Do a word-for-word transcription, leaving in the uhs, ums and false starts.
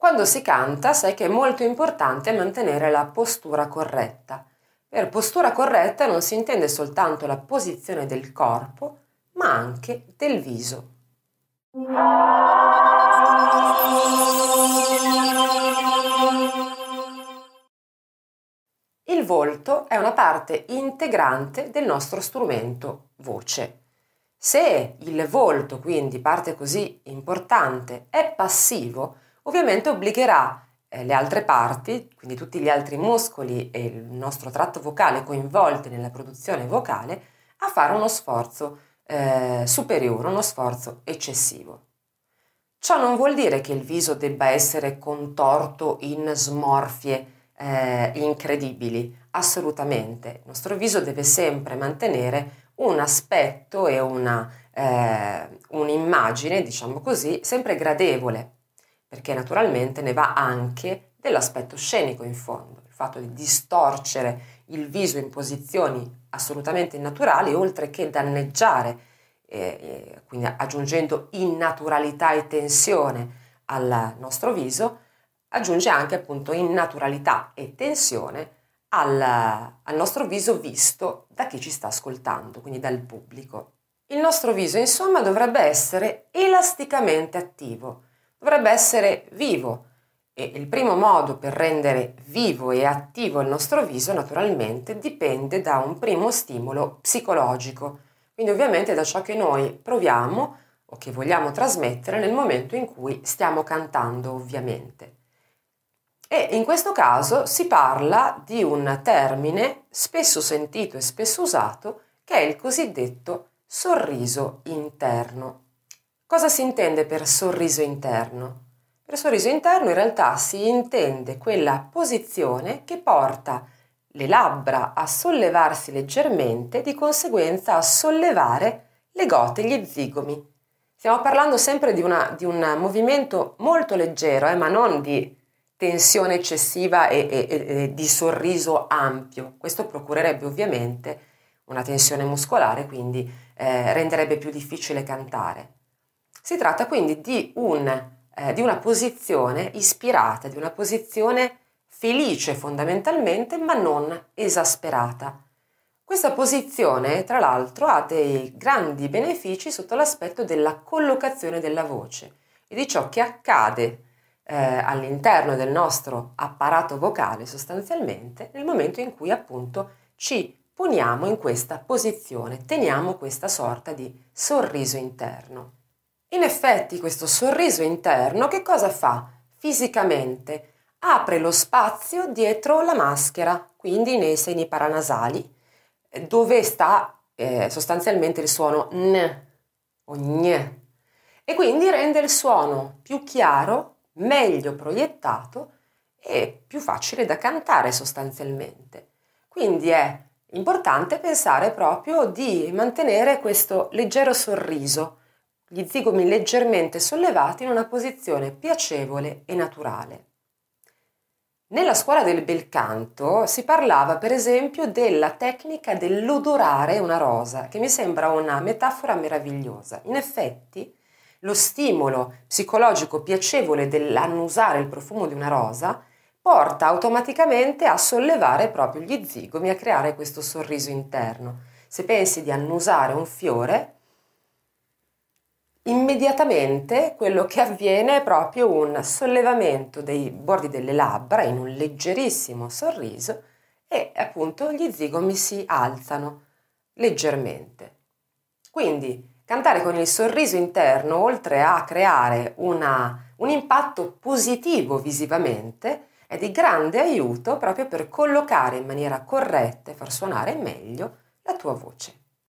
Quando si canta, sai che è molto importante mantenere la postura corretta. Per postura corretta non si intende soltanto la posizione del corpo, ma anche del viso. Il volto è una parte integrante del nostro strumento voce. Se il volto, quindi parte così importante, è passivo, ovviamente obbligherà eh, le altre parti, quindi tutti gli altri muscoli e il nostro tratto vocale coinvolti nella produzione vocale, a fare uno sforzo eh, superiore, uno sforzo eccessivo. Ciò non vuol dire che il viso debba essere contorto in smorfie eh, incredibili, assolutamente. Il nostro viso deve sempre mantenere un aspetto e una, eh, un'immagine, diciamo così, sempre gradevole, perché naturalmente ne va anche dell'aspetto scenico in fondo, il fatto di distorcere il viso in posizioni assolutamente innaturali, oltre che danneggiare, eh, quindi aggiungendo innaturalità e tensione al nostro viso, aggiunge anche appunto innaturalità e tensione al, al nostro viso visto da chi ci sta ascoltando, quindi dal pubblico. Il nostro viso, insomma, dovrebbe essere elasticamente attivo, dovrebbe essere vivo, e il primo modo per rendere vivo e attivo il nostro viso, naturalmente, dipende da un primo stimolo psicologico, quindi ovviamente da ciò che noi proviamo o che vogliamo trasmettere nel momento in cui stiamo cantando, ovviamente. E in questo caso si parla di un termine spesso sentito e spesso usato, che è il cosiddetto sorriso interno. Cosa si intende per sorriso interno? Per sorriso interno in realtà si intende quella posizione che porta le labbra a sollevarsi leggermente, di conseguenza a sollevare le gote, gli zigomi. Stiamo parlando sempre di, una, di un movimento molto leggero, eh, ma non di tensione eccessiva e, e, e di sorriso ampio. Questo procurerebbe ovviamente una tensione muscolare, quindi eh, renderebbe più difficile cantare. Si tratta quindi di, un, eh, di una posizione ispirata, di una posizione felice fondamentalmente, ma non esasperata. Questa posizione, tra l'altro, ha dei grandi benefici sotto l'aspetto della collocazione della voce e di ciò che accade eh, all'interno del nostro apparato vocale sostanzialmente nel momento in cui appunto ci poniamo in questa posizione, teniamo questa sorta di sorriso interno. In effetti questo sorriso interno che cosa fa fisicamente? Apre lo spazio dietro la maschera, quindi nei seni paranasali, dove sta eh, sostanzialmente il suono n o gne, e quindi rende il suono più chiaro, meglio proiettato e più facile da cantare sostanzialmente. Quindi è importante pensare proprio di mantenere questo leggero sorriso, gli zigomi leggermente sollevati in una posizione piacevole e naturale. Nella scuola del bel canto si parlava per esempio della tecnica dell'odorare una rosa, che mi sembra una metafora meravigliosa. In effetti, lo stimolo psicologico piacevole dell'annusare il profumo di una rosa porta automaticamente a sollevare proprio gli zigomi, a creare questo sorriso interno. Se pensi di annusare un fiore, immediatamente quello che avviene è proprio un sollevamento dei bordi delle labbra in un leggerissimo sorriso e appunto gli zigomi si alzano leggermente. Quindi cantare con il sorriso interno, oltre a creare una, un impatto positivo visivamente, è di grande aiuto proprio per collocare in maniera corretta e far suonare meglio la tua voce.